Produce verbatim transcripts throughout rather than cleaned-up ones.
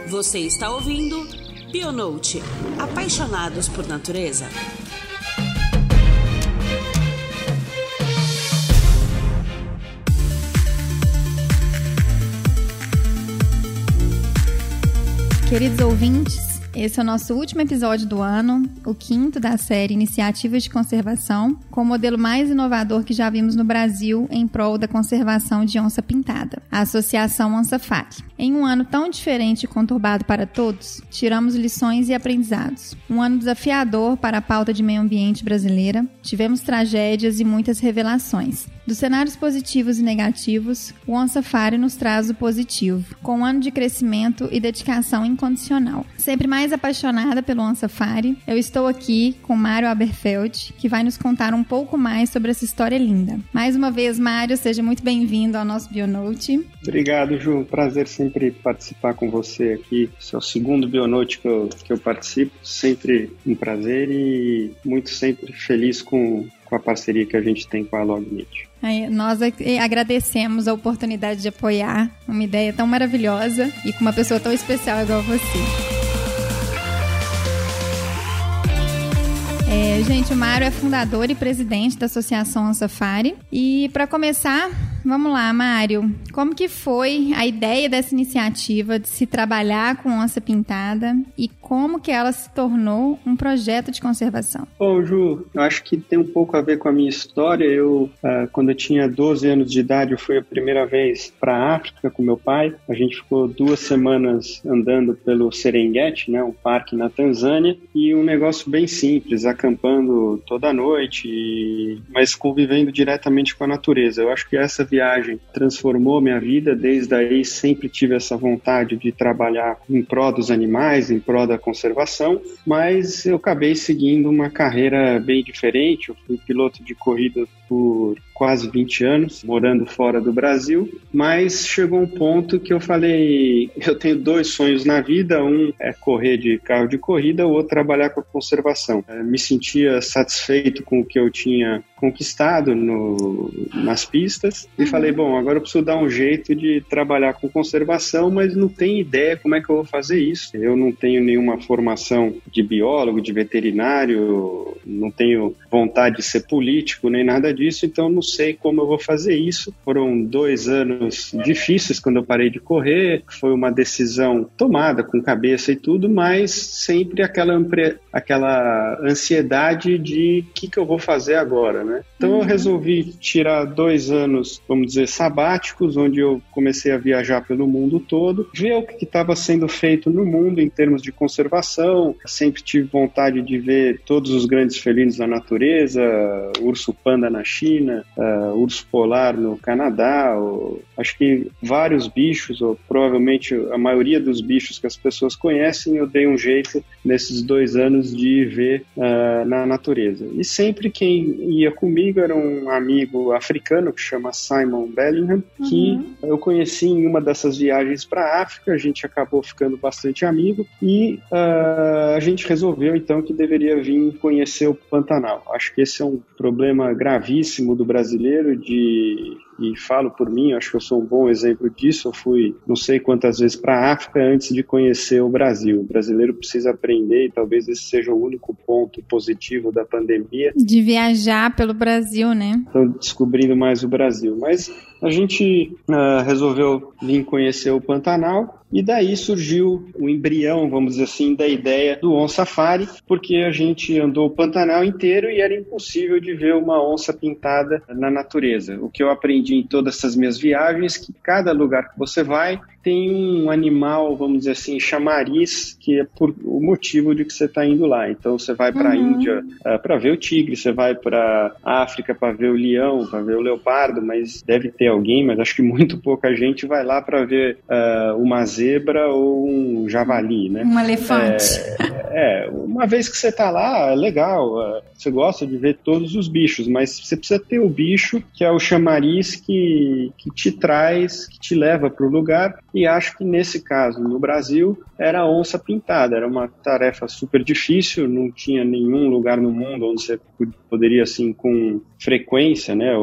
Você está ouvindo Bionote, apaixonados por natureza. Queridos ouvintes, esse é o nosso último episódio do ano, o quinto da série Iniciativas de Conservação, com o modelo mais inovador que já vimos no Brasil em prol da conservação de onça-pintada, a Associação OnçaFari. Em um ano tão diferente e conturbado para todos, tiramos lições e aprendizados. Um ano desafiador para a pauta de meio ambiente brasileira, tivemos tragédias e muitas revelações. Dos cenários positivos e negativos, o OnçaFari nos traz o positivo, com um ano de crescimento e dedicação incondicional. Sempre mais apaixonada pelo OnçaFari, eu estou aqui com Mário Aberfeld, que vai nos contar um pouco mais sobre essa história linda. Mais uma vez, Mário, seja muito bem-vindo ao nosso Bionote. Obrigado, Ju. Prazer sempre participar com você aqui. Esse é o segundo Bionote que eu, que eu participo. Sempre um prazer e muito sempre feliz com, com a parceria que a gente tem com a LogMeet. Nós agradecemos a oportunidade de apoiar uma ideia tão maravilhosa e com uma pessoa tão especial igual você. É, gente, o Mário é fundador e presidente da Associação OnçaFari. E para começar, vamos lá, Mário. Como que foi a ideia dessa iniciativa de se trabalhar com onça pintada e como que ela se tornou um projeto de conservação? Bom, Ju, eu acho que tem um pouco a ver com a minha história. Eu, uh, quando eu tinha doze anos de idade, eu fui a primeira vez para a África com meu pai. A gente ficou duas semanas andando pelo Serengeti, né, um parque na Tanzânia, e um negócio bem simples, acampando toda noite, mas convivendo diretamente com a natureza. Eu acho que essa viagem transformou minha vida. Desde aí sempre tive essa vontade de trabalhar em prol dos animais, em prol da conservação, mas eu acabei seguindo uma carreira bem diferente. Eu fui piloto de corrida por quase vinte anos, morando fora do Brasil, mas chegou um ponto que eu falei, eu tenho dois sonhos na vida, um é correr de carro de corrida, o outro trabalhar com a conservação. Eu me sentia satisfeito com o que eu tinha conquistado no, nas pistas e falei, bom, agora eu preciso dar um jeito de trabalhar com conservação, mas não tenho ideia como é que eu vou fazer isso. Eu não tenho nenhuma formação de biólogo, de veterinário, não tenho vontade de ser político, nem nada disso, então não sei como eu vou fazer isso. Foram dois anos difíceis quando eu parei de correr, foi uma decisão tomada com cabeça e tudo, mas sempre aquela, aquela ansiedade de o que, que eu vou fazer agora, né? Então eu resolvi tirar dois anos, vamos dizer, sabáticos, onde eu comecei a viajar pelo mundo todo, ver o que estava sendo feito no mundo em termos de conservação. Sempre tive vontade de ver todos os grandes felinos da natureza, urso panda na China, uh, urso polar no Canadá, ou, acho que vários bichos, ou provavelmente a maioria dos bichos que as pessoas conhecem, eu dei um jeito nesses dois anos de ver uh, na natureza. E sempre quem ia comigo era um amigo africano que chama Simon Bellingham, que uhum. eu conheci em uma dessas viagens para a África. A gente acabou ficando bastante amigo e uh, a gente resolveu então que deveria vir conhecer o Pantanal. Acho que esse é um problema gravíssimo do brasileiro, de e falo por mim, acho que eu sou um bom exemplo disso. Eu fui não sei quantas vezes para a África antes de conhecer o Brasil. O brasileiro precisa aprender, e talvez esse seja o único ponto positivo da pandemia. De viajar pelo Brasil, né? Estou descobrindo mais o Brasil. Mas a gente uh, resolveu vir conhecer o Pantanal e daí surgiu o embrião, vamos dizer assim, da ideia do OnçaFari, porque a gente andou o Pantanal inteiro e era impossível de ver uma onça pintada na natureza. O que eu aprendi em todas essas minhas viagens, que cada lugar que você vai tem um animal, vamos dizer assim, chamariz, que é por o motivo de que você está indo lá. Então você vai para a uhum. Índia uh, para ver o tigre, você vai para a África para ver o leão, para ver o leopardo, mas deve ter alguém, mas acho que muito pouca gente vai lá para ver uh, uma zebra ou um javali, né? Um elefante. É, é uma vez que você está lá, é legal, uh, você gosta de ver todos os bichos, mas você precisa ter o bicho, que é o chamariz que, que te traz, que te leva para o lugar. E acho que nesse caso, no Brasil, era a onça pintada. Era uma tarefa super difícil, não tinha nenhum lugar no mundo onde você poderia, assim, com frequência, né, ou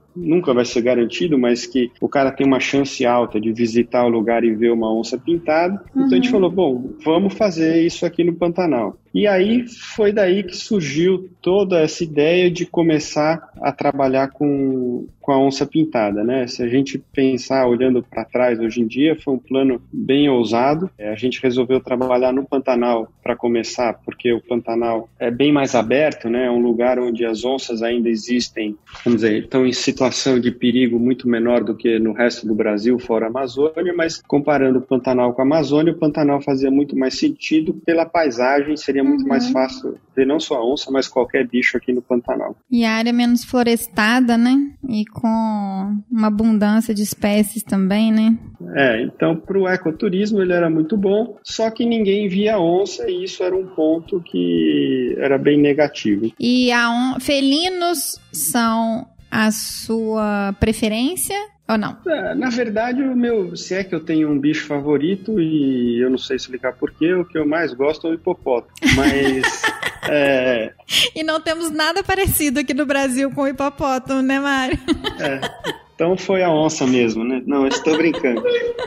nunca vai ser garantido, mas que o cara tem uma chance alta de visitar o lugar e ver uma onça pintada. Uhum. Então a gente falou, bom, vamos fazer isso aqui no Pantanal. E aí foi daí que surgiu toda essa ideia de começar a trabalhar com, com a onça pintada, né? Se a gente pensar olhando para trás hoje em dia, foi um plano bem ousado. É, a gente resolveu trabalhar no Pantanal para começar, porque o Pantanal é bem mais aberto, né? É um lugar onde as onças ainda existem, vamos dizer, estão em situação de perigo muito menor do que no resto do Brasil, fora a Amazônia, mas comparando o Pantanal com a Amazônia, o Pantanal fazia muito mais sentido pela paisagem, seria muito uhum. mais fácil ver não só a onça, mas qualquer bicho aqui no Pantanal. E a área menos florestada, né? E com uma abundância de espécies também, né? É, então para o ecoturismo ele era muito bom, só que ninguém via onça e isso era um ponto que era bem negativo. E a on... felinos são a sua preferência? Ou não? É, na verdade, o meu, se é que eu tenho um bicho favorito, e eu não sei explicar porquê, o que eu mais gosto é o hipopótamo. Mas. é... E não temos nada parecido aqui no Brasil com o hipopótamo, né, Mário? É. Então foi a onça mesmo, né? Não, eu estou brincando.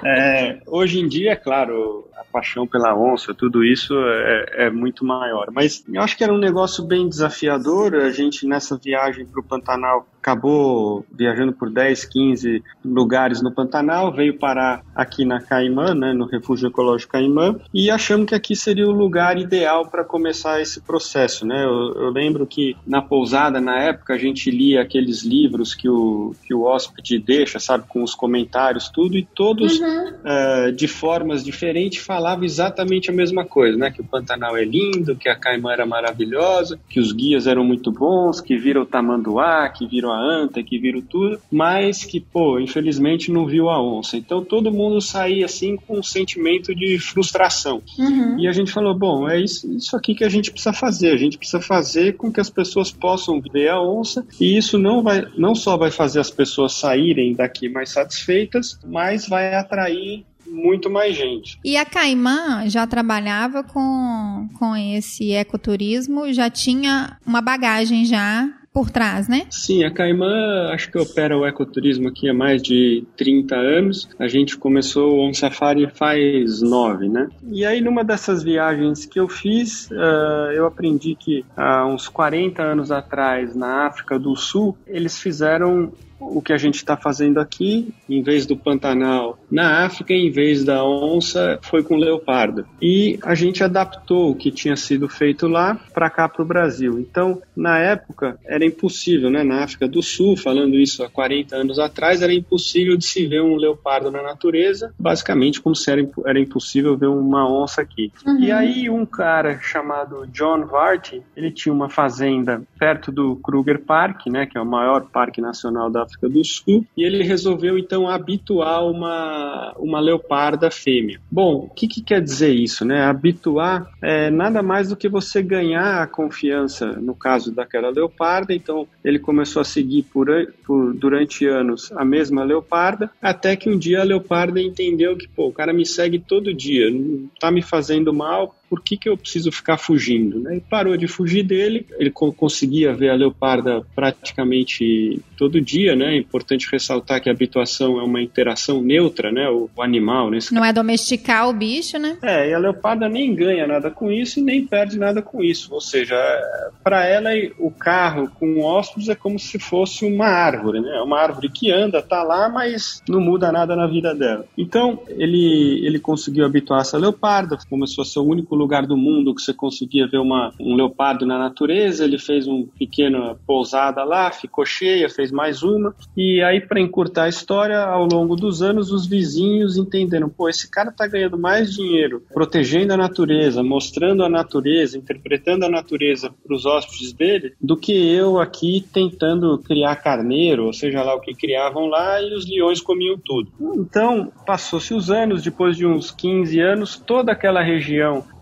É, hoje em dia, é claro, a paixão pela onça, tudo isso é, é muito maior. Mas eu acho que era um negócio bem desafiador. A gente, nessa viagem para o Pantanal, acabou viajando por dez, quinze lugares no Pantanal, veio parar aqui na Caimã, né, no Refúgio Ecológico Caimã, e achamos que aqui seria o lugar ideal para começar esse processo, né? Eu, eu lembro que na pousada, na época, a gente lia aqueles livros que o, que o hóspede deixa, sabe, com os comentários, tudo, e todos, uhum. uh, de formas diferentes, falavam exatamente a mesma coisa, né? Que o Pantanal é lindo, que a Caimã era maravilhosa, que os guias eram muito bons, que viram o tamanduá, que viram a anta, que viram tudo, mas que, pô, infelizmente não viu a onça. Então todo mundo saía assim com um sentimento de frustração. Uhum. E a gente falou, bom, é isso, isso aqui que a gente precisa fazer. A gente precisa fazer com que as pessoas possam ver a onça, e isso não, vai, não só vai fazer as pessoas saírem daqui mais satisfeitas, mas vai atrair muito mais gente. E a Caimã já trabalhava com, com esse ecoturismo, já tinha uma bagagem já por trás, né? Sim, a Caimã acho que opera o ecoturismo aqui há mais de trinta anos. A gente começou o On Safari faz nove, né? E aí numa dessas viagens que eu fiz, uh, eu aprendi que há uns quarenta anos atrás, na África do Sul, eles fizeram o que a gente está fazendo aqui, em vez do Pantanal na África, em vez da onça, foi com leopardo. E a gente adaptou o que tinha sido feito lá para cá, para o Brasil. Então, na época, era impossível, né? Na África do Sul, falando isso há quarenta anos atrás, era impossível de se ver um leopardo na natureza, basicamente como se era, era impossível ver uma onça aqui. Uhum. E aí, um cara chamado John Varty, ele tinha uma fazenda perto do Kruger Park, né? Que é o maior parque nacional da África do Sul, e ele resolveu então habituar uma, uma leoparda fêmea. Bom, o que, que quer dizer isso, né? Habituar é nada mais do que você ganhar a confiança, no caso daquela leoparda. Então ele começou a seguir por, por, durante anos a mesma leoparda, até que um dia a leoparda entendeu que, pô, o cara me segue todo dia, não tá me fazendo mal, por que que eu preciso ficar fugindo, né? E parou de fugir dele, ele co- conseguia ver a leoparda praticamente todo dia, né? É importante ressaltar que a habituação é uma interação neutra, né? O, o animal, né? Não é domesticar o bicho, né? É, e a leoparda nem ganha nada com isso e nem perde nada com isso, ou seja, para ela o carro com hóspedes é como se fosse uma árvore, né? É uma árvore que anda, tá lá, mas não muda nada na vida dela. Então, ele, ele conseguiu habituar essa leoparda, começou a ser o único lugar do mundo que você conseguia ver uma, um leopardo na natureza. Ele fez uma pequena pousada lá, ficou cheia, fez mais uma, e aí, para encurtar a história, ao longo dos anos os vizinhos entenderam, pô, esse cara tá ganhando mais dinheiro protegendo a natureza, mostrando a natureza, interpretando a natureza para os hóspedes dele, do que eu aqui tentando criar carneiro, ou seja lá o que criavam lá, e os leões comiam tudo. Então, passou-se os anos, depois de uns quinze anos, toda aquela região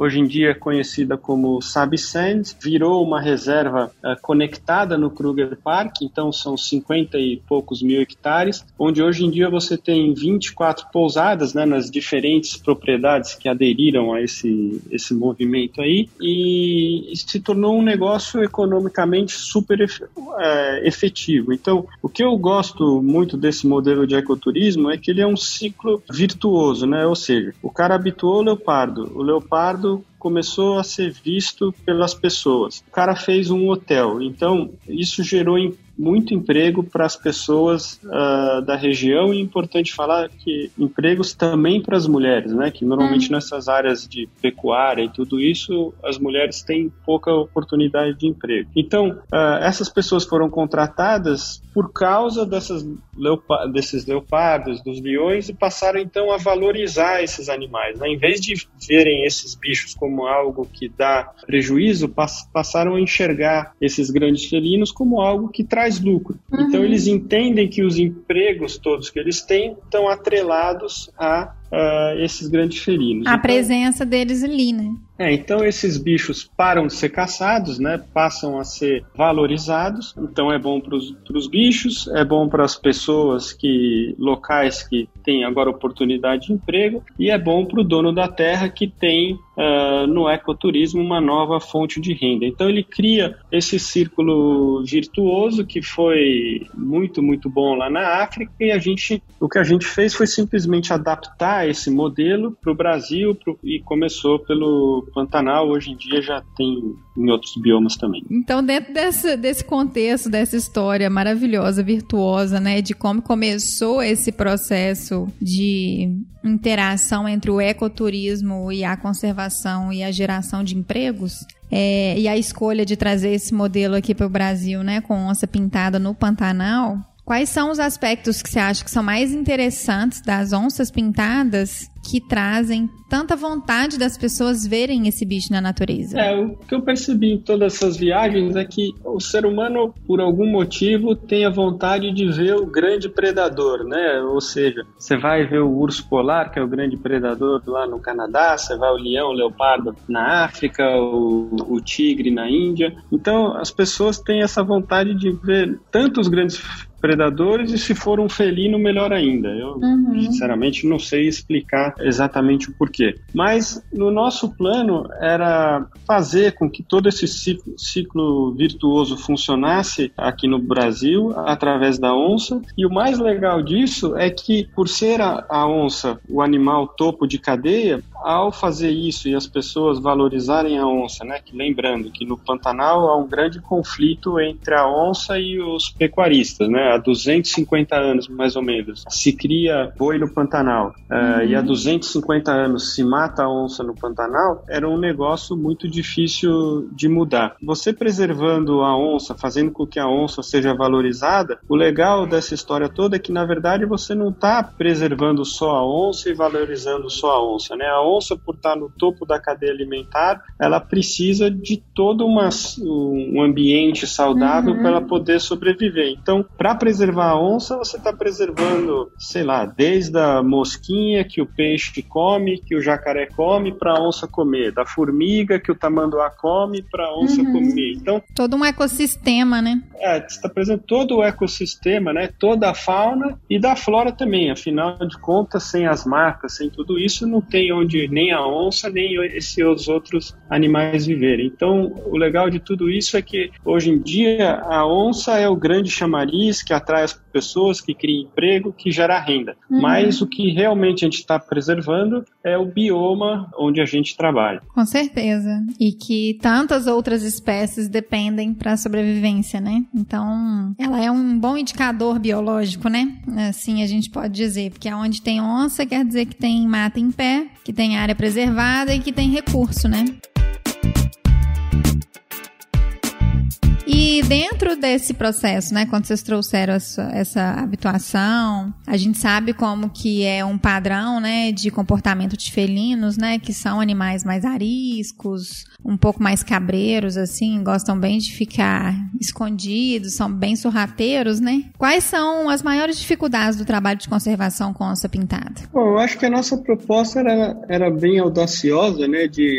hoje em dia conhecida como Sabi Sands, virou uma reserva uh, conectada no Kruger Park, então são cinquenta e poucos mil hectares, onde hoje em dia você tem vinte e quatro pousadas, né, nas diferentes propriedades que aderiram a esse, esse movimento aí, e, e se tornou um negócio economicamente super ef, é, efetivo. Então, o que eu gosto muito desse modelo de ecoturismo é que ele é um ciclo virtuoso, né? Ou seja, o cara habituou o leopardo, o leopardo começou a ser visto pelas pessoas. O cara fez um hotel, então isso gerou em muito emprego para as pessoas uh, da região, e é importante falar que empregos também para as mulheres, né? Que normalmente hum. nessas áreas de pecuária e tudo isso, as mulheres têm pouca oportunidade de emprego. Então, uh, essas pessoas foram contratadas por causa dessas leopa- desses leopardos, dos leões, e passaram então a valorizar esses animais, né? Em vez de verem esses bichos como algo que dá prejuízo, pass- passaram a enxergar esses grandes felinos como algo que traz lucro. Uhum. Então eles entendem que os empregos todos que eles têm estão atrelados a uh, esses grandes felinos. A então, presença deles ali, né? É, então esses bichos param de ser caçados, né, passam a ser valorizados, então é bom para os bichos, é bom para as pessoas que, locais que têm agora oportunidade de emprego, e é bom para o dono da terra que tem uh, no ecoturismo uma nova fonte de renda. Então ele cria esse círculo virtuoso que foi muito, muito bom lá na África, e a gente, o que a gente fez foi simplesmente adaptar esse modelo para o Brasil pro, e começou pelo Pantanal, hoje em dia já tem em outros biomas também. Então, dentro desse, desse contexto, dessa história maravilhosa, virtuosa, né, de como começou esse processo de interação entre o ecoturismo e a conservação e a geração de empregos, é, e a escolha de trazer esse modelo aqui para o Brasil, né, com onça pintada no Pantanal, quais são os aspectos que você acha que são mais interessantes das onças pintadas que trazem tanta vontade das pessoas verem esse bicho na natureza? É, o que eu percebi em todas essas viagens é que o ser humano, por algum motivo, tem a vontade de ver o grande predador, né? Ou seja, você vai ver o urso polar, que é o grande predador lá no Canadá, você vai o leão, o leopardo na África, o, o tigre na Índia. Então, as pessoas têm essa vontade de ver tanto os grandes predadores, e se for um felino, melhor ainda. Eu, uhum. sinceramente, não sei explicar exatamente o porquê. Mas, no nosso plano, era fazer com que todo esse ciclo, ciclo virtuoso funcionasse aqui no Brasil, através da onça. E o mais legal disso é que, por ser a, a onça o animal topo de cadeia, ao fazer isso e as pessoas valorizarem a onça, né? Que, lembrando que no Pantanal há um grande conflito entre a onça e os pecuaristas, né? Há duzentos e cinquenta anos, mais ou menos, se cria boi no Pantanal, uhum. uh, e há duzentos e cinquenta anos se mata a onça no Pantanal, era um negócio muito difícil de mudar. Você preservando a onça, fazendo com que a onça seja valorizada, o legal dessa história toda é que, na verdade, você não está preservando só a onça e valorizando só a onça, né? A onça, por estar no topo da cadeia alimentar, ela precisa de todo uma, um ambiente saudável uhum. para ela poder sobreviver. Então, para preservar a onça, você está preservando, sei lá, desde a mosquinha que o peixe come, que o jacaré come, para a onça comer, da formiga que o tamanduá come, para a onça uhum. comer. Então, todo um ecossistema, né? É, você está preservando todo o ecossistema, né? Toda a fauna e da flora também. Afinal de contas, sem as marcas, sem tudo isso, não tem onde nem a onça, nem esses outros animais viverem. Então, o legal de tudo isso é que, hoje em dia, a onça é o grande chamariz que atrai as pessoas, que cria emprego, que gera renda. Uhum. Mas o que realmente a gente está preservando é o bioma onde a gente trabalha. Com certeza. E que tantas outras espécies dependem para a sobrevivência, né? Então, ela é um bom indicador biológico, né? Assim a gente pode dizer, porque onde tem onça quer dizer que tem mata em pé, que tem área preservada e que tem recurso, né? E dentro desse processo, né, quando vocês trouxeram essa, essa habituação, a gente sabe como que é um padrão, né, de comportamento de felinos, né, que são animais mais ariscos, um pouco mais cabreiros, assim, gostam bem de ficar escondidos, são bem sorrateiros, né? Quais são as maiores dificuldades do trabalho de conservação com onça pintada? Bom, eu acho que a nossa proposta era, era bem audaciosa, né, de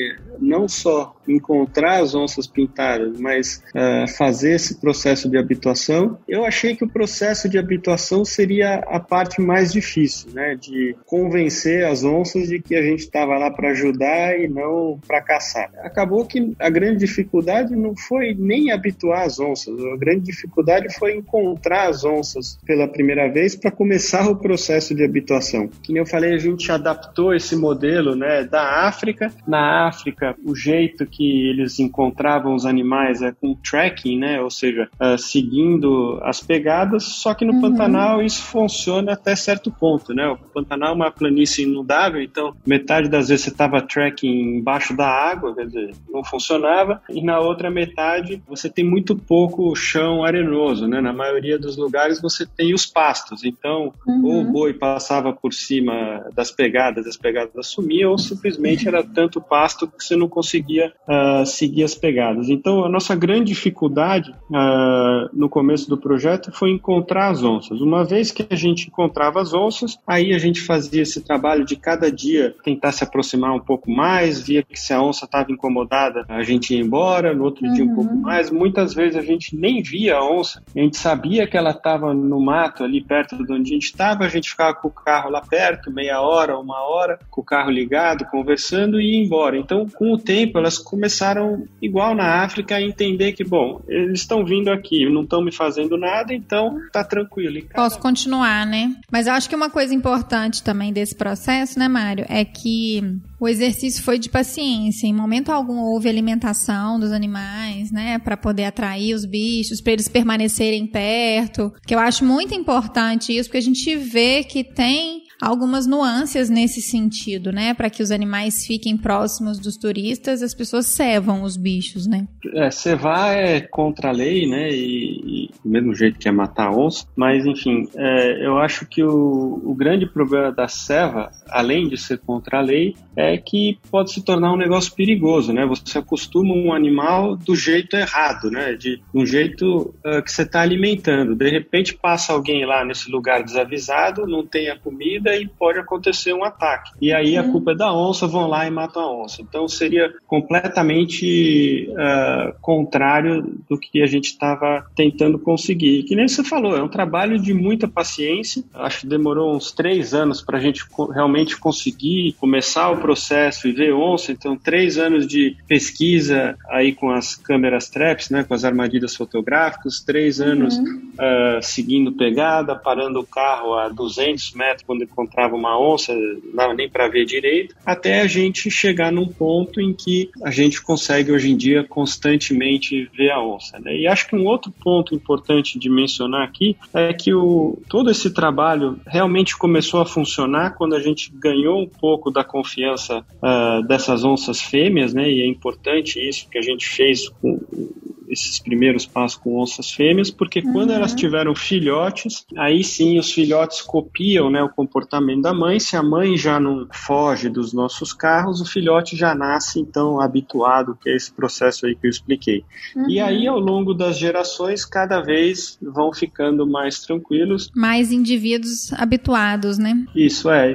não só encontrar as onças pintadas, mas uh, fazer esse processo de habituação. Eu achei que o processo de habituação seria a parte mais difícil, né? De convencer as onças de que a gente estava lá para ajudar e não para caçar. Acabou que a grande dificuldade não foi nem habituar as onças, a grande dificuldade foi encontrar as onças pela primeira vez para começar o processo de habituação. Como eu falei, a gente adaptou esse modelo, né, da África. Na África, o jeito que eles encontravam os animais é com tracking, né, ou seja, uh, seguindo as pegadas, só que no uhum. Pantanal isso funciona até certo ponto, né? O Pantanal é uma planície inundável, então metade das vezes você estava tracking embaixo da água, quer dizer, não funcionava, e na outra metade você tem muito pouco chão arenoso, né? Na maioria dos lugares você tem os pastos, então uhum. ou o boi passava por cima das pegadas, as pegadas sumiam, ou simplesmente era tanto pasto que você não conseguia uh, seguir as pegadas. Então a nossa grande dificuldade uh, no começo do projeto foi encontrar as onças. Uma vez que a gente encontrava as onças, aí a gente fazia esse trabalho de cada dia tentar se aproximar um pouco mais, via que se a onça estava incomodada, a gente ia embora, no outro uhum. dia um pouco mais. Muitas vezes a gente nem via a onça, a gente sabia que ela estava no mato ali perto de onde a gente estava, a gente ficava com o carro lá perto, meia hora, uma hora, com o carro ligado, conversando e ia embora. Então, com o tempo, elas começaram, igual na África, a entender que, bom, eles estão vindo aqui, não estão me fazendo nada, então tá tranquilo. E cada... Posso continuar, né? Mas eu acho que uma coisa importante também desse processo, né, Mário, é que o exercício foi de paciência. Em momento algum houve alimentação dos animais, né, para poder atrair os bichos, para eles permanecerem perto, que eu acho muito importante isso, porque a gente vê que tem algumas nuances nesse sentido, né, para que os animais fiquem próximos dos turistas, as pessoas cevam os bichos, né? É, cevar é contra a lei, né, e, e do mesmo jeito que é matar a onça, mas enfim, é, eu acho que o, o grande problema da ceva, além de ser contra a lei, é que pode se tornar um negócio perigoso, né? Você acostuma um animal do jeito errado, né? De um jeito uh, que você está alimentando. De repente passa alguém lá nesse lugar desavisado, não tem a comida e pode acontecer um ataque. E aí a culpa é da onça, vão lá e matam a onça. Então seria completamente uh, contrário do que a gente estava tentando conseguir. E que nem você falou, é um trabalho de muita paciência. Acho que demorou uns três anos para a gente co- realmente conseguir começar o processo e ver onça, então três anos de pesquisa aí com as câmeras traps, né, com as armadilhas fotográficas, três anos uhum. uh, seguindo pegada, parando o carro a duzentos metros quando encontrava uma onça, não dava nem para ver direito, até a gente chegar num ponto em que a gente consegue hoje em dia constantemente ver a onça, né? E acho que um outro ponto importante de mencionar aqui é que o, todo esse trabalho realmente começou a funcionar quando a gente ganhou um pouco da confiança Uh, dessas onças fêmeas, né? E é importante isso que a gente fez com esses primeiros passos com onças fêmeas, porque uhum. quando elas tiveram filhotes, aí sim os filhotes copiam, né, o comportamento da mãe. Se a mãe já não foge dos nossos carros, o filhote já nasce, então, habituado, que é esse processo aí que eu expliquei. Uhum. E aí, ao longo das gerações, cada vez vão ficando mais tranquilos. Mais indivíduos habituados, né? Isso, é.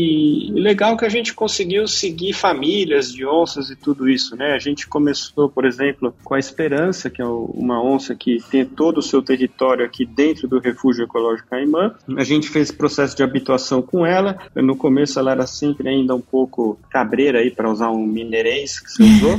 E legal que a gente conseguiu seguir famílias de onças e tudo isso, né? A gente começou, por exemplo, com a Esperança, que é uma onça que tem todo o seu território aqui dentro do Refúgio Ecológico Caimã. A gente fez processo de habituação com ela. No começo ela era sempre ainda um pouco cabreira, aí para usar um mineirês que você usou.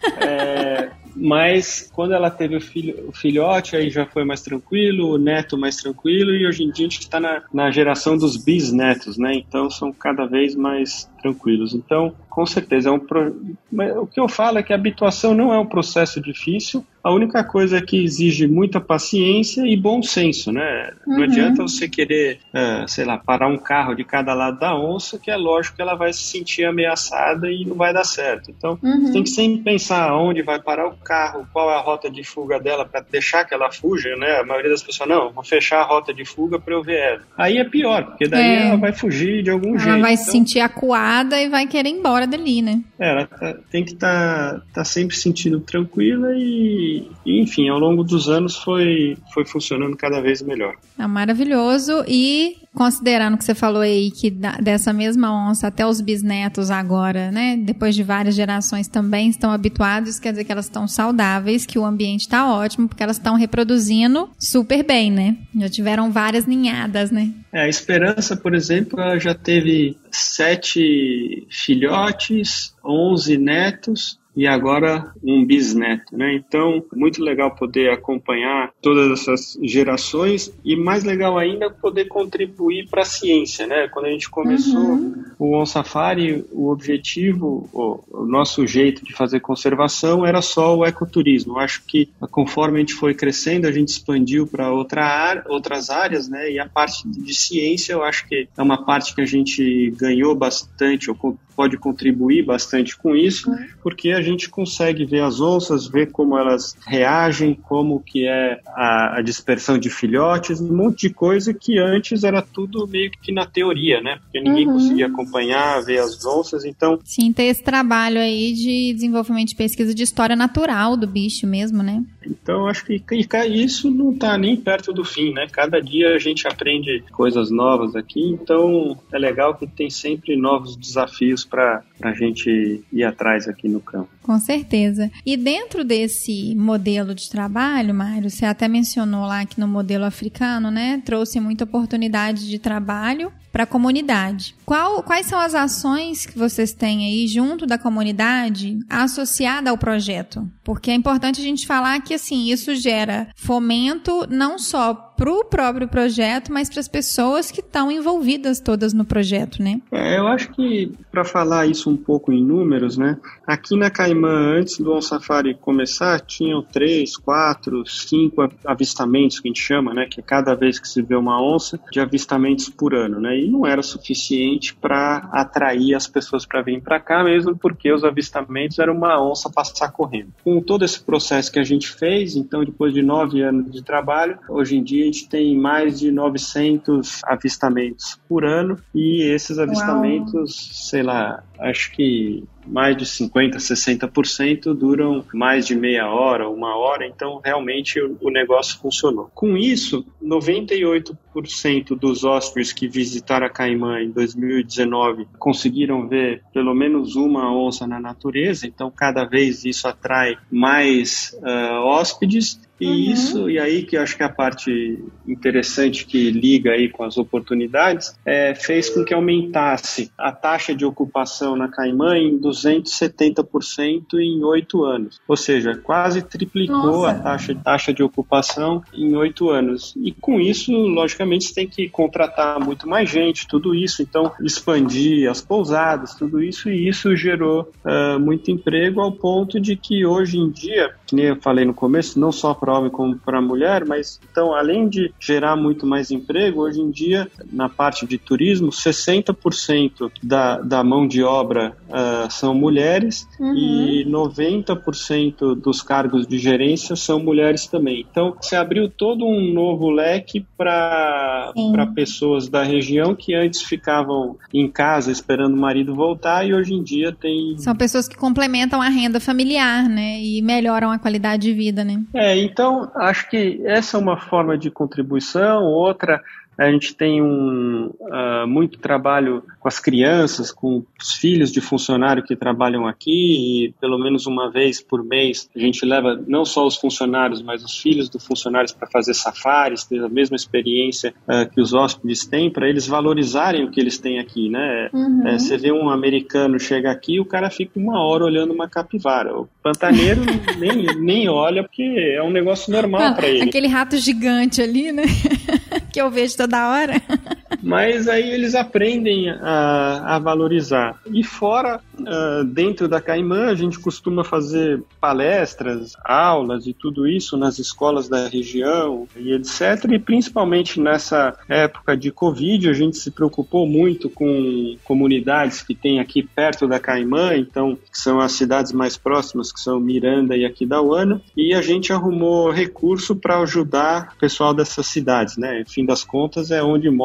é... Mas quando ela teve o, filho, o filhote, aí já foi mais tranquilo, o neto mais tranquilo, e hoje em dia a gente está na, na geração dos bisnetos, né? Então são cada vez mais tranquilos. Então, com certeza, é um pro... o que eu falo é que a habituação não é um processo difícil. A única coisa é que exige muita paciência e bom senso, né? Não uhum. adianta você querer, uh, sei lá, parar um carro de cada lado da onça, que é lógico que ela vai se sentir ameaçada e não vai dar certo. Então, uhum. você tem que sempre pensar onde vai parar o carro, qual é a rota de fuga dela para deixar que ela fuja, né? A maioria das pessoas, não, vou fechar a rota de fuga para eu ver ela. Aí é pior, porque daí é. ela vai fugir de algum ela jeito. Ela vai então, se sentir acuada e vai querer ir embora dali, né? É, ela tá, tem que estar tá, tá sempre sentindo tranquila e E, enfim, ao longo dos anos foi, foi funcionando cada vez melhor. É maravilhoso. E Considerando que você falou aí que da, dessa mesma onça até os bisnetos agora, né, depois de várias gerações também estão habituados, quer dizer que elas estão saudáveis, que o ambiente está ótimo, porque elas estão reproduzindo super bem, né? Já tiveram várias ninhadas, né? É, a Esperança, por exemplo, ela já teve sete filhotes, onze netos, e agora um bisneto, né? Então, muito legal poder acompanhar todas essas gerações e mais legal ainda poder contribuir para a ciência, né? Quando a gente começou uhum. o OnSafari, o objetivo, o, o nosso jeito de fazer conservação era só o ecoturismo. Eu acho que conforme a gente foi crescendo, a gente expandiu para outra outras áreas, né? E a parte de ciência, eu acho que é uma parte que a gente ganhou bastante, ou pode contribuir bastante com isso, porque a gente consegue ver as onças, ver como elas reagem, como que é a, a dispersão de filhotes, um monte de coisa que antes era tudo meio que na teoria, né? Porque ninguém uhum. conseguia acompanhar, ver as onças, então... Sim, tem esse trabalho aí de desenvolvimento de pesquisa de história natural do bicho mesmo, né? Então, acho que isso não está nem perto do fim, né? Cada dia a gente aprende coisas novas aqui, então é legal que tem sempre novos desafios para a gente ir atrás aqui no campo. Com certeza. E dentro desse modelo de trabalho, Mário, você até mencionou lá que no modelo africano, né, trouxe muita oportunidade de trabalho para a comunidade. Qual, quais são as ações que vocês têm aí junto da comunidade associada ao projeto? Porque é importante a gente falar que, assim, isso gera fomento não só para o próprio projeto, mas para as pessoas que estão envolvidas todas no projeto, né? É, eu acho que, para falar isso um pouco em números, né, aqui na Caimã, antes do OnSafari começar, tinham três, quatro, cinco avistamentos, que a gente chama, né, que é cada vez que se vê uma onça, de avistamentos por ano, né, e não era suficiente para atrair as pessoas para virem para cá, mesmo porque os avistamentos eram uma onça passar correndo. Com todo esse processo que a gente fez, então, depois de nove anos de trabalho, hoje em dia a gente tem mais de novecentos avistamentos por ano, e esses avistamentos, Uau. sei lá, acho que mais de cinquenta, sessenta por cento duram mais de meia hora, uma hora, então realmente o, o negócio funcionou. Com isso, noventa e oito por cento dos hóspedes que visitaram a Caimã em dois mil e dezenove conseguiram ver pelo menos uma onça na natureza, então cada vez isso atrai mais uh, hóspedes. E uhum. isso, e aí que eu acho que a parte interessante que liga aí com as oportunidades, é, fez com que aumentasse a taxa de ocupação na Caimã em duzentos e setenta por cento em oito anos. Ou seja, quase triplicou Nossa. a taxa, taxa de ocupação em oito anos. E com isso, logicamente, você tem que contratar muito mais gente, tudo isso. Então, expandir as pousadas, tudo isso, e isso gerou uh, muito emprego ao ponto de que hoje em dia, que nem eu falei no começo, não só para homem como para mulher, mas então, além de gerar muito mais emprego, hoje em dia, na parte de turismo, sessenta por cento da, da mão de obra uh, são mulheres uhum. e noventa por cento dos cargos de gerência são mulheres também. Então, se abriu todo um novo leque para para pessoas da região que antes ficavam em casa esperando o marido voltar, e hoje em dia tem... São pessoas que complementam a renda familiar, né? E melhoram a qualidade de vida, né? É, então, acho que essa é uma forma de contribuição. Outra, a gente tem um, uh, muito trabalho com as crianças, com os filhos de funcionário que trabalham aqui, e pelo menos uma vez por mês a gente leva não só os funcionários, mas os filhos dos funcionários para fazer safaris, ter a mesma experiência uh, que os hóspedes têm, para eles valorizarem o que eles têm aqui, né? Uhum. É, você vê um americano chega aqui, o cara fica uma hora olhando uma capivara. O pantaneiro nem, nem olha, porque é um negócio normal ah, para ele. Aquele rato gigante ali, né? Que eu vejo toda hora. Mas aí eles aprendem a, a valorizar. E fora, uh, dentro da Caimã, a gente costuma fazer palestras, aulas e tudo isso nas escolas da região e etcétera. E principalmente nessa época de Covid, a gente se preocupou muito com comunidades que tem aqui perto da Caimã, então, que são as cidades mais próximas, que são Miranda e Aquidauana, e a gente arrumou recurso para ajudar o pessoal dessas cidades, né? No fim das contas, é onde moram as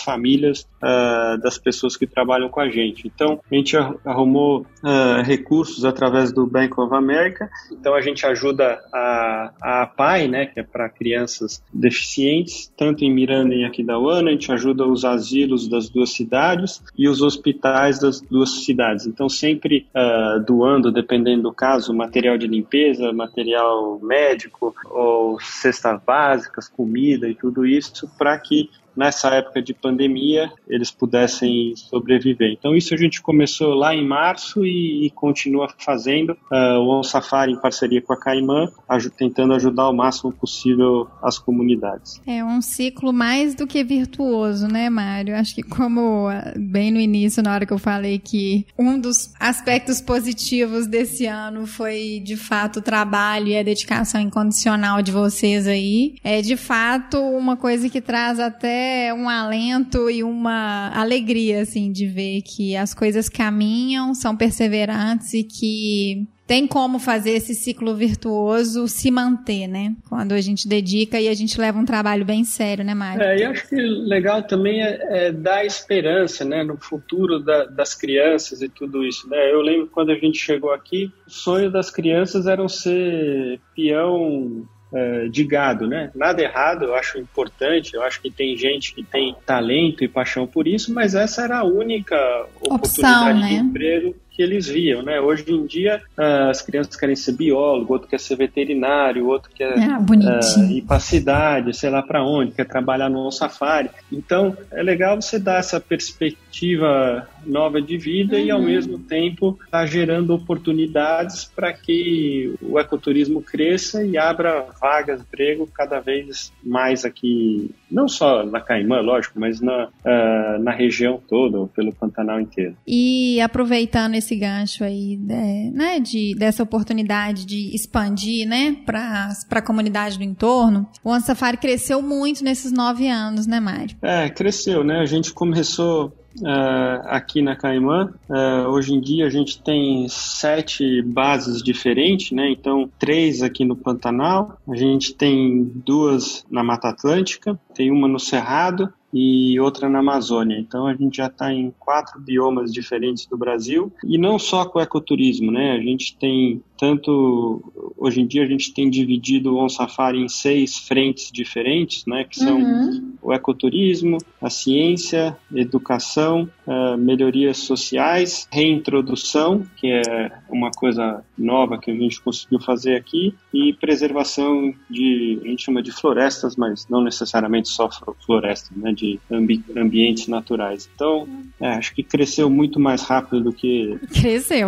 famílias uh, das pessoas que trabalham com a gente. Então, a gente arrumou uh, recursos através do Bank of America. Então, a gente ajuda a, a APAE, né, que é para crianças deficientes, tanto em Miranda e em Aquidauana. A gente ajuda os asilos das duas cidades e os hospitais das duas cidades. Então, sempre uh, doando, dependendo do caso, material de limpeza, material médico ou cestas básicas, comida e tudo isso, para que nessa época de pandemia eles pudessem sobreviver. Então isso a gente começou lá em março e, e continua fazendo uh, o On Safari em parceria com a Caimã, aj- tentando ajudar o máximo possível as comunidades. É um ciclo mais do que virtuoso, né, Mário? Acho que como bem no início, na hora que eu falei que um dos aspectos positivos desse ano foi de fato o trabalho e a dedicação incondicional de vocês aí, é de fato uma coisa que traz até um alento e uma alegria, assim, de ver que as coisas caminham, são perseverantes e que tem como fazer esse ciclo virtuoso se manter, né? Quando a gente dedica e a gente leva um trabalho bem sério, né, Mário? É, e acho que legal também é, é dar esperança, né, no futuro da, das crianças e tudo isso, né? Eu lembro quando a gente chegou aqui, o sonho das crianças era ser peão de gado, né? Nada errado, eu acho importante, eu acho que tem gente que tem talento e paixão por isso, mas essa era a única opção, oportunidade, né, de emprego que eles viam, né? Hoje em dia, uh, as crianças querem ser biólogo, outro quer ser veterinário, outro quer ah, uh, ir para a cidade, sei lá para onde, quer trabalhar no On Safari. Então, é legal você dar essa perspectiva nova de vida, uhum, e, ao mesmo tempo, tá gerando oportunidades para que o ecoturismo cresça e abra vagas de emprego cada vez mais aqui, não só na Caimã, lógico, mas na, uh, na região toda, pelo Pantanal inteiro. E aproveitando esse gancho aí, de, né, de, dessa oportunidade de expandir, né, para a comunidade do entorno, o On Safari cresceu muito nesses nove anos, né, Mário? É, cresceu, né? A gente começou Uh, aqui na Caimã. Uh, hoje em dia a gente tem sete bases diferentes, né? Então, três aqui no Pantanal, a gente tem duas na Mata Atlântica, tem uma no Cerrado e outra na Amazônia. Então a gente já está em quatro biomas diferentes do Brasil, e não só com o ecoturismo, né? A gente tem tanto, hoje em dia a gente tem dividido o On Safari em seis frentes diferentes, né? Que são uhum. o ecoturismo, a ciência, educação, uh, melhorias sociais, reintrodução, que é uma coisa nova que a gente conseguiu fazer aqui, e preservação de, a gente chama de florestas, mas não necessariamente só florestas, né? De ambi- ambientes naturais. Então, é, acho que cresceu muito mais rápido do que... Cresceu.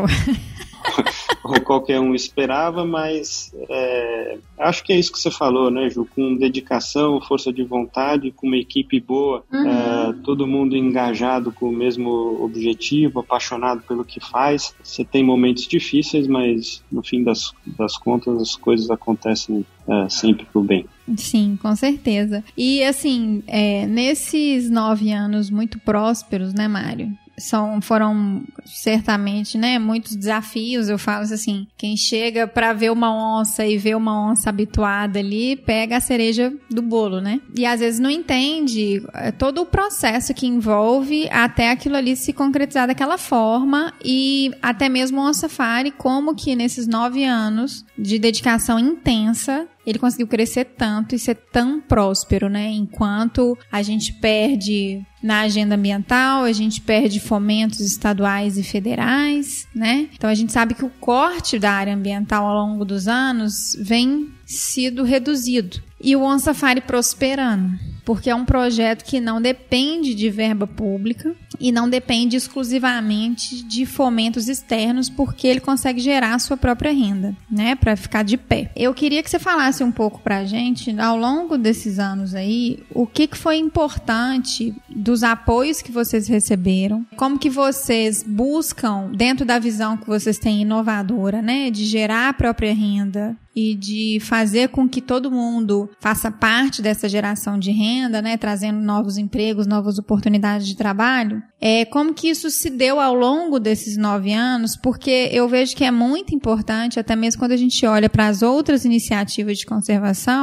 qualquer um esperava, mas é, acho que é isso que você falou, né, Ju? Com dedicação, força de vontade, com uma equipe boa, uhum. é, todo mundo engajado com o mesmo objetivo, apaixonado pelo que faz. Você tem momentos difíceis, mas no fim das, das contas as coisas acontecem é, sempre pro bem. Sim, com certeza. E assim, é, nesses nove anos muito prósperos, né, Mário? São, foram certamente, né, muitos desafios. Eu falo assim, quem chega pra ver uma onça e ver uma onça habituada ali, pega a cereja do bolo, né? E às vezes não entende todo o processo que envolve até aquilo ali se concretizar daquela forma, e até mesmo o On Safari, como que nesses nove anos de dedicação intensa, ele conseguiu crescer tanto e ser tão próspero, né? Enquanto a gente perde na agenda ambiental, a gente perde fomentos estaduais e federais, né? Então a gente sabe que o corte da área ambiental ao longo dos anos vem sido reduzido. E o On Safari prosperando, porque é um projeto que não depende de verba pública e não depende exclusivamente de fomentos externos, porque ele consegue gerar a sua própria renda, né, para ficar de pé. Eu queria que você falasse um pouco pra gente, ao longo desses anos aí, o que, que foi importante dos apoios que vocês receberam, como que vocês buscam, dentro da visão que vocês têm inovadora, né, de gerar a própria renda e de fazer com que todo mundo faça parte dessa geração de renda, né, trazendo novos empregos, novas oportunidades de trabalho. É, como que isso se deu ao longo desses nove anos? Porque eu vejo que é muito importante, até mesmo quando a gente olha para as outras iniciativas de conservação,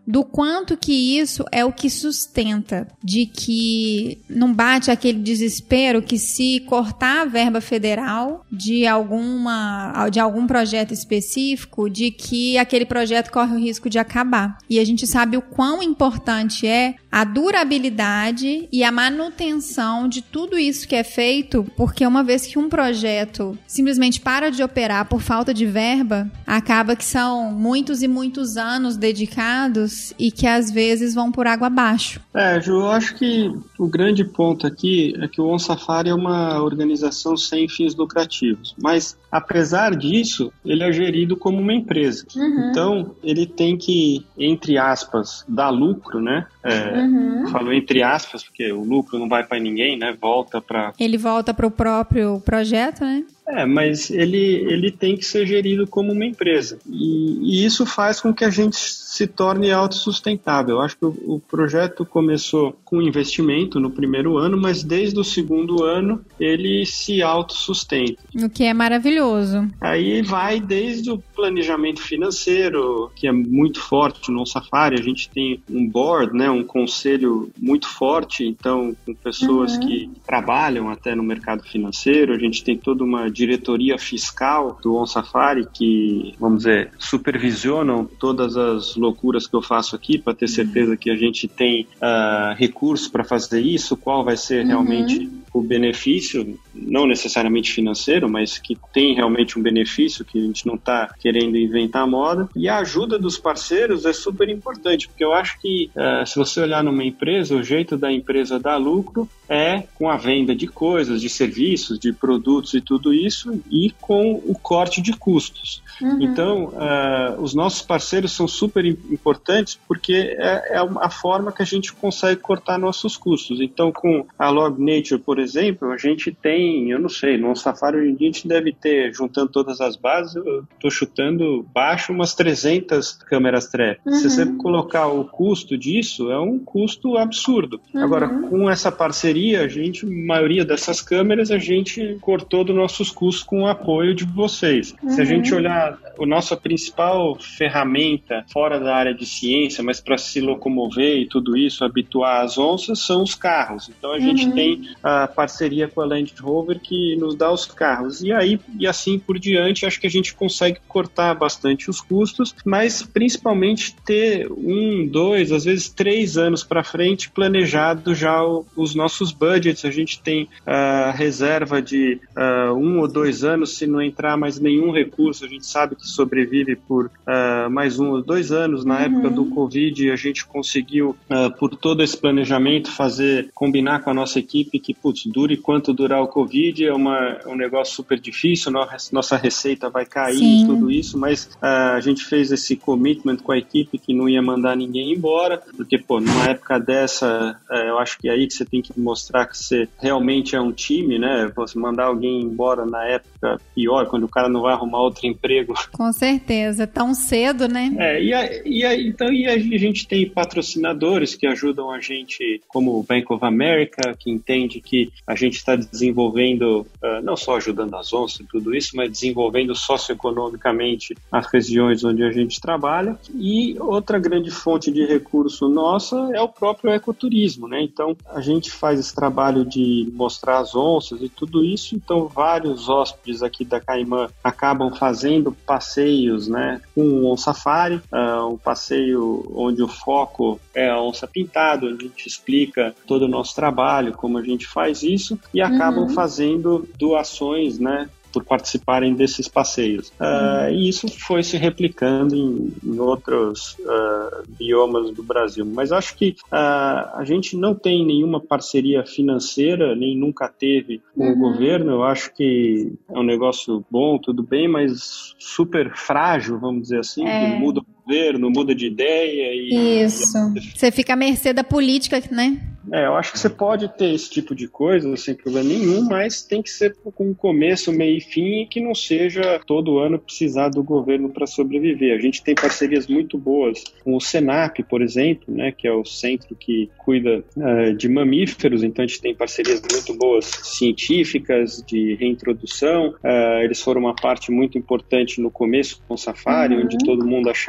do quanto que isso é o que sustenta, de que não bate aquele desespero que se cortar a verba federal de, alguma, de algum projeto específico, de que aquele projeto corre o risco de acabar. E a gente sabe o quão importante é a durabilidade e a manutenção de tudo isso que é feito, porque uma vez que um projeto simplesmente para de operar por falta de verba, acaba que são muitos e muitos anos dedicados e que às vezes vão por água abaixo. É, Ju, eu acho que o grande ponto aqui é que o OnSafari é uma organização sem fins lucrativos, mas apesar disso, ele é gerido como uma empresa. Uhum. Então, ele tem que, entre aspas, dar lucro, né? É, uhum. Falo entre aspas, porque o lucro não vai para ninguém, né? Volta para... Ele volta para o próprio projeto, né? É, mas ele, ele tem que ser gerido como uma empresa. E, e isso faz com que a gente se torne autossustentável. Eu acho que o, o projeto começou com investimento no primeiro ano, mas desde o segundo ano ele se autossustenta. O que é maravilhoso. Aí vai desde o planejamento financeiro, que é muito forte no OnSafari. A gente tem um board, né, um conselho muito forte, então com pessoas uhum. que trabalham até no mercado financeiro. A gente tem toda uma diretoria fiscal do OnSafari que, vamos dizer, supervisionam todas as loucuras que eu faço aqui para ter certeza que a gente tem uh, recursos para fazer isso, qual vai ser uhum. realmente o benefício, não necessariamente financeiro, mas que tem realmente um benefício, que a gente não está querendo inventar moda. E a ajuda dos parceiros é super importante, porque eu acho que uh, se você olhar numa empresa, o jeito da empresa dar lucro é com a venda de coisas, de serviços, de produtos e tudo isso, e com o corte de custos. Uhum. Então, uh, os nossos parceiros são super importantes porque é, é a forma que a gente consegue cortar nossos custos. Então, com a Log Nature, por exemplo, a gente tem, eu não sei, no OnSafari hoje em dia a gente deve ter, juntando todas as bases, eu estou chutando baixo umas trezentas câmeras trap. Uhum. Se você colocar o custo disso, é um custo absurdo. Uhum. Agora, com essa parceria, a gente, a maioria dessas câmeras, a gente cortou dos nossos custos com o apoio de vocês. Uhum. Se a gente olhar a nossa principal ferramenta fora da área de ciência, mas para se locomover e tudo isso, habituar às onças, são os carros. Então a gente uhum. tem a parceria com a Land Rover que nos dá os carros. E aí, e assim por diante, acho que a gente consegue cortar bastante os custos, mas principalmente ter um, dois, às vezes três anos para frente planejado já o, os nossos budgets. A gente tem a uh, reserva de uh, um ou dois anos, se não entrar mais nenhum recurso, a gente sabe que sobrevive por uh, mais um ou dois anos. Na uhum. época do Covid, a gente conseguiu, uh, por todo esse planejamento, fazer, combinar com a nossa equipe que, putz, dure quanto durar o Covid, é uma, um negócio super difícil, nossa receita vai cair e tudo isso, mas uh, a gente fez esse commitment com a equipe que não ia mandar ninguém embora, porque, pô, numa época dessa, uh, eu acho que é aí que você tem que mostrar que você realmente é um time, né? Você mandar alguém embora na época pior, quando o cara não vai arrumar outro emprego. Com certeza, tão cedo, né? É, e, a, e, a, então, e a gente tem patrocinadores que ajudam a gente, como o Bank of America, que entende que a gente está desenvolvendo, uh, não só ajudando as onças e tudo isso, mas desenvolvendo socioeconomicamente as regiões onde a gente trabalha. E outra grande fonte de recurso nossa é o próprio ecoturismo, né? Então, a gente faz esse trabalho de mostrar as onças e tudo isso, então vários hóspedes aqui da Caimã acabam fazendo passeios, né, com o OnSafari, uh, um passeio onde o foco é a onça pintada, a gente explica todo o nosso trabalho, como a gente faz isso, e acabam uhum. fazendo doações, né, por participarem desses passeios. Uh, uhum. E isso foi se replicando em, em outros uh, biomas do Brasil. Mas acho que uh, a gente não tem nenhuma parceria financeira, nem nunca teve com uhum. o governo. Eu acho que é um negócio bom, tudo bem, mas super frágil, vamos dizer assim, é. que muda o governo, muda de ideia. E, isso. E... Você fica à mercê da política, né? É, eu acho que você pode ter esse tipo de coisa sem problema nenhum, mas tem que ser com começo, meio e fim, e que não seja todo ano precisar do governo para sobreviver. A gente tem parcerias muito boas com o Senap, por exemplo, né, que é o centro que cuida uh, de mamíferos, então a gente tem parcerias muito boas científicas, de reintrodução. Uh, eles foram uma parte muito importante no começo com o Safari, uhum. onde todo mundo achava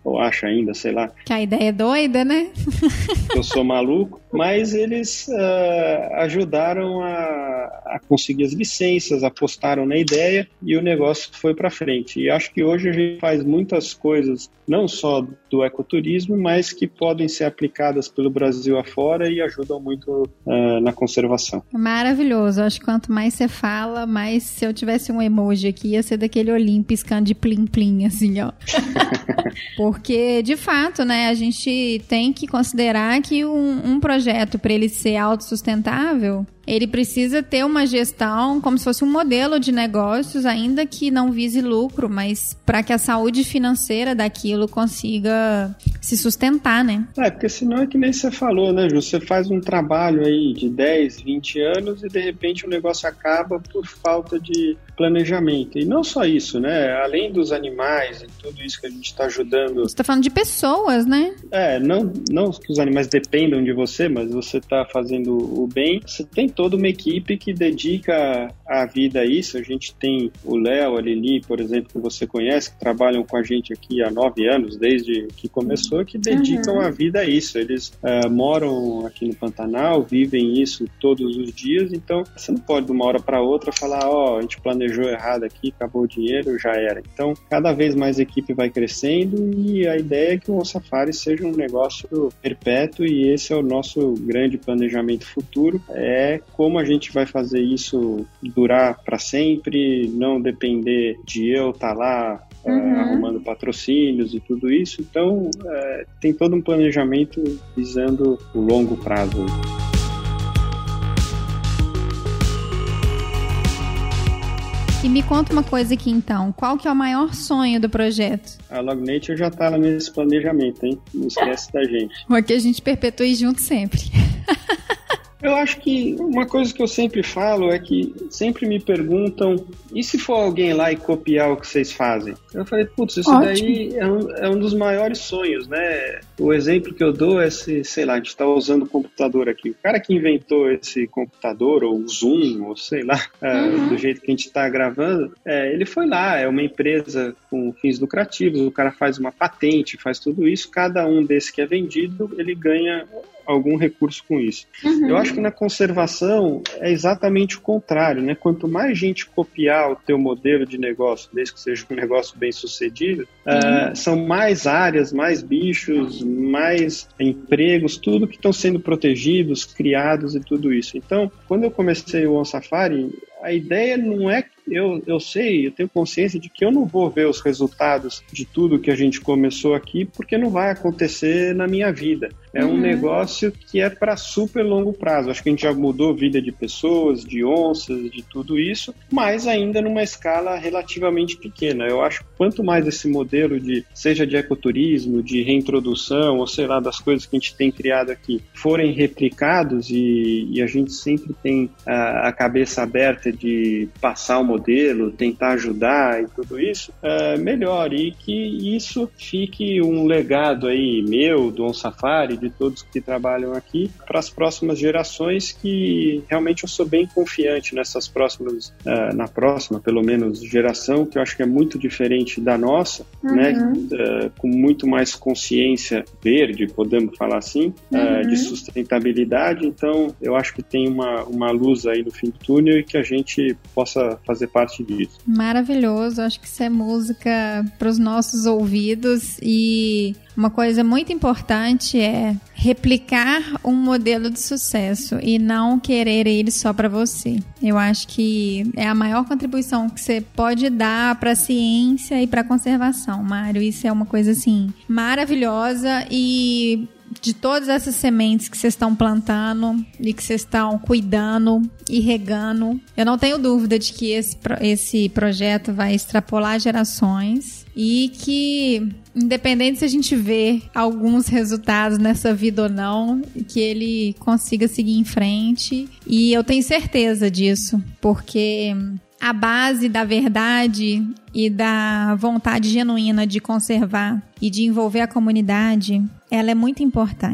ou acha ainda, sei lá. Que a ideia é doida, né? Eu sou maluco, mas eles uh, ajudaram a, a conseguir as licenças, apostaram na ideia e o negócio foi para frente. E acho que hoje a gente faz muitas coisas, não só do ecoturismo, mas que podem ser aplicadas pelo Brasil afora e ajudam muito uh, na conservação. Maravilhoso. Acho que quanto mais você fala, mais, se eu tivesse um emoji aqui, ia ser daquele olhinho piscando de plim-plim, assim, ó. Porque, de fato, né, a gente tem que considerar que um, um projeto, para ele ser autossustentável, ele precisa ter uma gestão como se fosse um modelo de negócios, ainda que não vise lucro, mas para que a saúde financeira daquilo consiga se sustentar, né? É, porque senão é que nem você falou, né, Ju? Você faz um trabalho aí de dez, vinte anos e de repente o negócio acaba por falta de planejamento. E não só isso, né? Além dos animais e tudo isso que a gente está ajudando... Você está falando de pessoas, né? É, não, não que os animais dependam de você, mas você está fazendo o bem. Você tem toda uma equipe que dedica a vida a isso. A gente tem o Léo, a Lili, por exemplo, que você conhece, que trabalham com a gente aqui há nove anos, desde que começou, que dedicam uhum. a vida a isso. Eles uh, moram aqui no Pantanal, vivem isso todos os dias, então você não pode de uma hora para outra falar, ó, oh, a gente planejou errado aqui, acabou o dinheiro, já era. Então, cada vez mais a equipe vai crescendo e a ideia é que o Safari seja um negócio perpétuo e esse é o nosso grande planejamento futuro, é como a gente vai fazer isso durar para sempre, não depender de eu estar lá uhum. uh, arrumando patrocínios e tudo isso. Então, uh, tem todo um planejamento visando o longo prazo. E me conta uma coisa aqui então, qual que é o maior sonho do projeto? A Log Nature já está nesse planejamento, hein? Não esquece da gente. Ou que a gente perpetue junto sempre. Eu acho que uma coisa que eu sempre falo é que sempre me perguntam, e se for alguém lá e copiar o que vocês fazem? Eu falei, putz, isso Ótimo. daí é um, é um dos maiores sonhos, né? O exemplo que eu dou é, se, sei lá, a gente está usando o computador aqui. O cara que inventou esse computador, ou o Zoom, ou sei lá, uhum. uh, do jeito que a gente está gravando, é, ele foi lá, é uma empresa com fins lucrativos, o cara faz uma patente, faz tudo isso, cada um desse que é vendido, ele ganha algum recurso com isso. Uhum. Eu acho que na conservação é exatamente o contrário, né? Quanto mais gente copiar o teu modelo de negócio, desde que seja um negócio bem sucedido, uhum. uh, são mais áreas, mais bichos, mais empregos, tudo que estão sendo protegidos, criados e tudo isso. Então, quando eu comecei o On Safari, a ideia não é, eu, eu sei, eu tenho consciência de que eu não vou ver os resultados de tudo que a gente começou aqui, porque não vai acontecer na minha vida. É uhum. um negócio que é para super longo prazo. Acho que a gente já mudou a vida de pessoas, de onças, de tudo isso, mas ainda numa escala relativamente pequena. Eu acho que quanto mais esse modelo de, seja de ecoturismo, de reintrodução, ou sei lá, das coisas que a gente tem criado aqui, forem replicados e, e a gente sempre tem a, a cabeça aberta de passar o modelo, tentar ajudar e tudo isso, é melhor. E que isso fique um legado aí meu, do On Safari, de todos que trabalham aqui, para as próximas gerações, que realmente eu sou bem confiante nessas próximas, uh, na próxima, pelo menos, geração, que eu acho que é muito diferente da nossa, uhum. né, uh, com muito mais consciência verde, podemos falar assim, uhum. uh, de sustentabilidade. Então, eu acho que tem uma, uma luz aí no fim do túnel e que a gente possa fazer parte disso. Maravilhoso, acho que isso é música para os nossos ouvidos. E uma coisa muito importante é replicar um modelo de sucesso e não querer ele só para você. Eu acho que é a maior contribuição que você pode dar para a ciência e para a conservação, Mário. Isso é uma coisa assim maravilhosa. E de todas essas sementes que vocês estão plantando e que vocês estão cuidando e regando, eu não tenho dúvida de que esse, esse projeto vai extrapolar gerações e que, independente se a gente vê alguns resultados nessa vida ou não, que ele consiga seguir em frente. E eu tenho certeza disso, porque a base da verdade e da vontade genuína de conservar e de envolver a comunidade, ela é muito importante.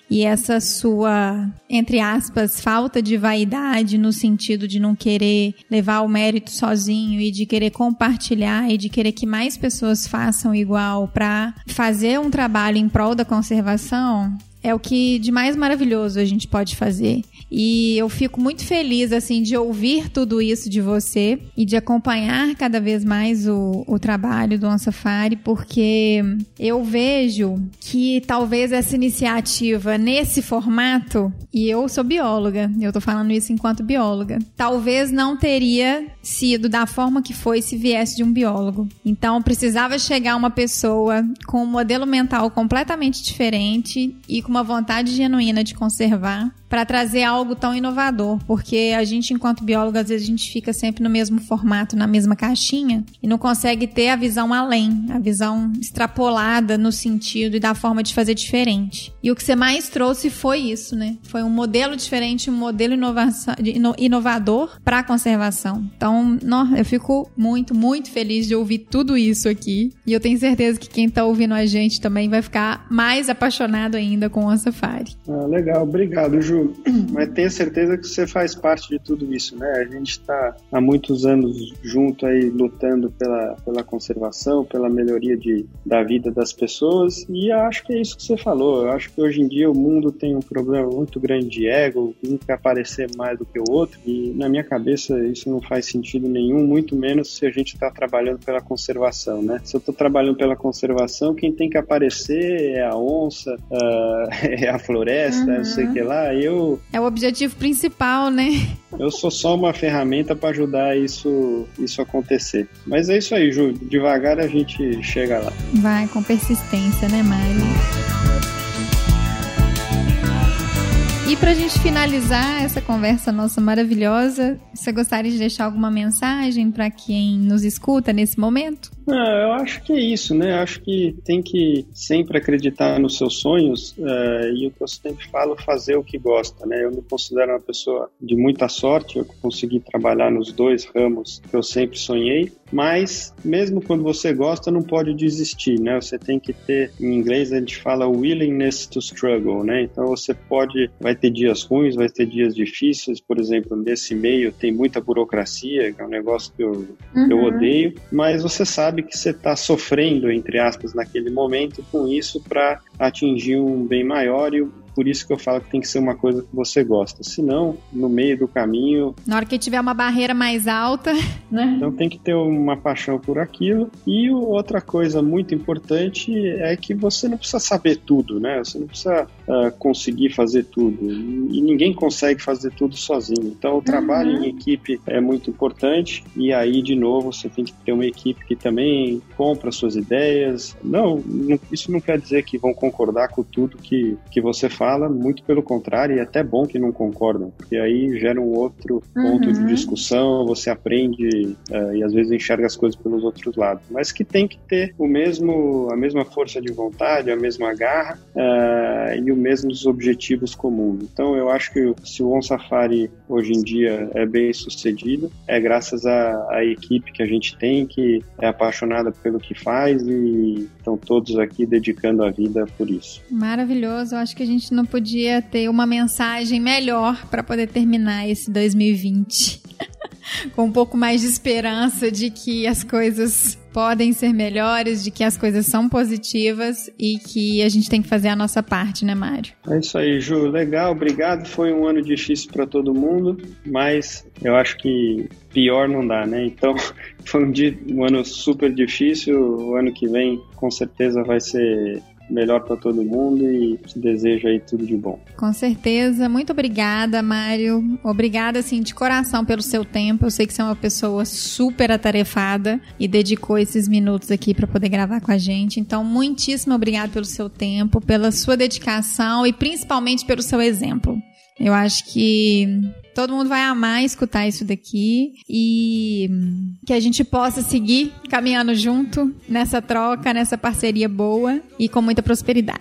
e essa sua, entre aspas, falta de vaidade no sentido de não querer levar o mérito sozinho e de querer compartilhar e de querer que mais pessoas façam igual para fazer um trabalho em prol da conservação, é o que de mais maravilhoso a gente pode fazer. E eu fico muito feliz, assim, de ouvir tudo isso de você e de acompanhar cada vez mais o, o trabalho do OnSafari, porque eu vejo que talvez essa iniciativa nesse formato, e eu sou bióloga, eu tô falando isso enquanto bióloga, talvez não teria sido da forma que foi se viesse de um biólogo. Então, precisava chegar uma pessoa com um modelo mental completamente diferente e com uma vontade genuína de conservar para trazer algo tão inovador, porque a gente, enquanto biólogo, às vezes a gente fica sempre no mesmo formato, na mesma caixinha e não consegue ter a visão além, a visão extrapolada no sentido e da forma de fazer diferente. E o que você mais trouxe foi isso, né? Foi um modelo diferente, um modelo inovação, ino, inovador para a conservação. Então, não, eu fico muito, muito feliz de ouvir tudo isso aqui e eu tenho certeza que quem está ouvindo a gente também vai ficar mais apaixonado ainda com o OnSafari. Ah, legal, obrigado, Ju. Mas tenha certeza que você faz parte de tudo isso, né? A gente está há muitos anos junto aí lutando pela, pela conservação, pela melhoria de, da vida das pessoas e acho que é isso que você falou. Eu acho que hoje em dia o mundo tem um problema muito grande de ego, um quer aparecer mais do que o outro e na minha cabeça isso não faz sentido nenhum, muito menos se a gente está trabalhando pela conservação, né? Se eu estou trabalhando pela conservação, quem tem que aparecer é a onça, uh, é a floresta, uhum. não sei o que lá. Eu, é o objetivo principal, né? Eu sou só uma ferramenta para ajudar isso, isso acontecer. Mas é isso aí, Ju. Devagar a gente chega lá. Vai, com persistência, né, Mari? E pra gente finalizar essa conversa nossa maravilhosa, você gostaria de deixar alguma mensagem para quem nos escuta nesse momento? Ah, eu acho que é isso, né? Eu acho que tem que sempre acreditar nos seus sonhos uh, e o que eu sempre falo, fazer o que gosta, né? Eu me considero uma pessoa de muita sorte, eu consegui trabalhar nos dois ramos que eu sempre sonhei, mas mesmo quando você gosta, não pode desistir, né? Você tem que ter, em inglês a gente fala willingness to struggle, né? Então você pode, vai ter dias ruins, vai ter dias difíceis, por exemplo, nesse meio tem muita burocracia, que é um negócio que eu, uhum. eu odeio, mas você sabe que você está sofrendo, entre aspas, naquele momento com isso para atingir um bem maior e por isso que eu falo que tem que ser uma coisa que você gosta. Senão, no meio do caminho... Na hora que tiver uma barreira mais alta, né? Então tem que ter uma paixão por aquilo. E outra coisa muito importante é que você não precisa saber tudo, né? Você não precisa uh, conseguir fazer tudo. E ninguém consegue fazer tudo sozinho. Então o trabalho uhum. em equipe é muito importante. E aí, de novo, você tem que ter uma equipe que também compra suas ideias. Não, não isso não quer dizer que vão concordar com tudo que, que você faz. Fala, muito pelo contrário, e é até bom que não concordam, porque aí gera um outro ponto uhum. de discussão, você aprende uh, e às vezes enxerga as coisas pelos outros lados, mas que tem que ter o mesmo, a mesma força de vontade, a mesma garra uh, e os mesmos objetivos comuns. Então eu acho que se o OnSafari hoje em dia é bem sucedido, é graças à, à equipe que a gente tem, que é apaixonada pelo que faz e estão todos aqui dedicando a vida por isso. Maravilhoso, eu acho que a gente não podia ter uma mensagem melhor para poder terminar esse dois mil e vinte com um pouco mais de esperança de que as coisas podem ser melhores, de que as coisas são positivas e que a gente tem que fazer a nossa parte, né, Mário? É isso aí, Ju. Legal, obrigado. Foi um ano difícil para todo mundo, mas eu acho que pior não dá, né? Então, foi um, dia, um ano super difícil. O ano que vem, com certeza, vai ser melhor para todo mundo e te desejo aí tudo de bom. Com certeza. Muito obrigada, Mário. Obrigada, assim, de coração pelo seu tempo. Eu sei que você é uma pessoa super atarefada e dedicou esses minutos aqui para poder gravar com a gente. Então, muitíssimo obrigada pelo seu tempo, pela sua dedicação e principalmente pelo seu exemplo. Eu acho que todo mundo vai amar escutar isso daqui e que a gente possa seguir caminhando junto nessa troca, nessa parceria boa e com muita prosperidade.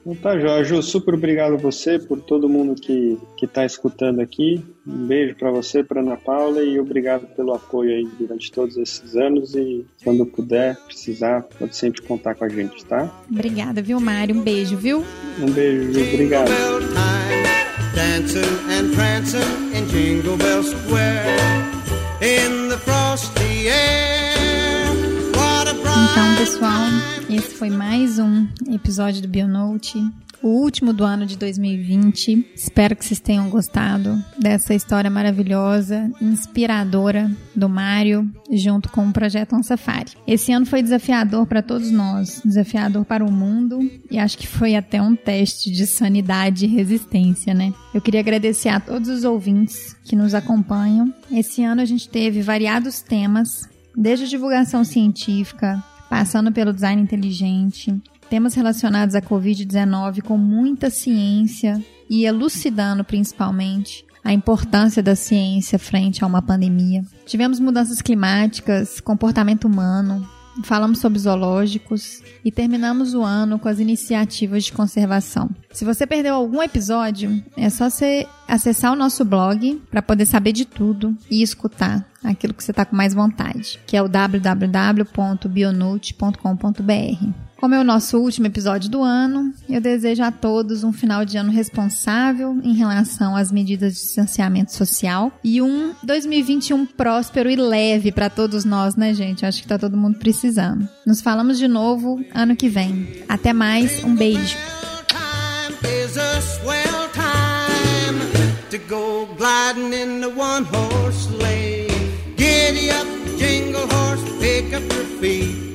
Então tá, Jorge, super obrigado a você, por todo mundo que que está escutando aqui. Um beijo para você, para Ana Paula, e obrigado pelo apoio aí durante todos esses anos, e quando puder, precisar, pode sempre contar com a gente, tá? Obrigada, viu, Mário? Um beijo, viu? Um beijo, viu? Obrigado. Dancing and prancing in Jingle Bell Square, in the frosty air. What a bright Então, pessoal, esse foi mais um episódio do Bionote, o último do ano de dois mil e vinte. Espero que vocês tenham gostado dessa história maravilhosa, inspiradora do Mário, junto com o Projeto On Safari. Esse ano foi desafiador para todos nós, desafiador para o mundo, e acho que foi até um teste de sanidade e resistência, né? Eu queria agradecer a todos os ouvintes que nos acompanham. Esse ano a gente teve variados temas, desde a divulgação científica, passando pelo design inteligente, temas relacionados à covid dezenove com muita ciência e elucidando principalmente a importância da ciência frente a uma pandemia. Tivemos mudanças climáticas, comportamento humano, falamos sobre zoológicos e terminamos o ano com as iniciativas de conservação. Se você perdeu algum episódio, é só você acessar o nosso blog para poder saber de tudo e escutar aquilo que você está com mais vontade, que é o w w w ponto bionote ponto com ponto b r. Como é o nosso último episódio do ano, eu desejo a todos um final de ano responsável em relação às medidas de distanciamento social e um dois mil e vinte e um próspero e leve para todos nós, né, gente? Acho que tá todo mundo precisando. Nos falamos de novo ano que vem. Até mais, um beijo. is a swell time to go gliding in the one-horse sleigh. Giddy up, jingle horse, pick up your feet.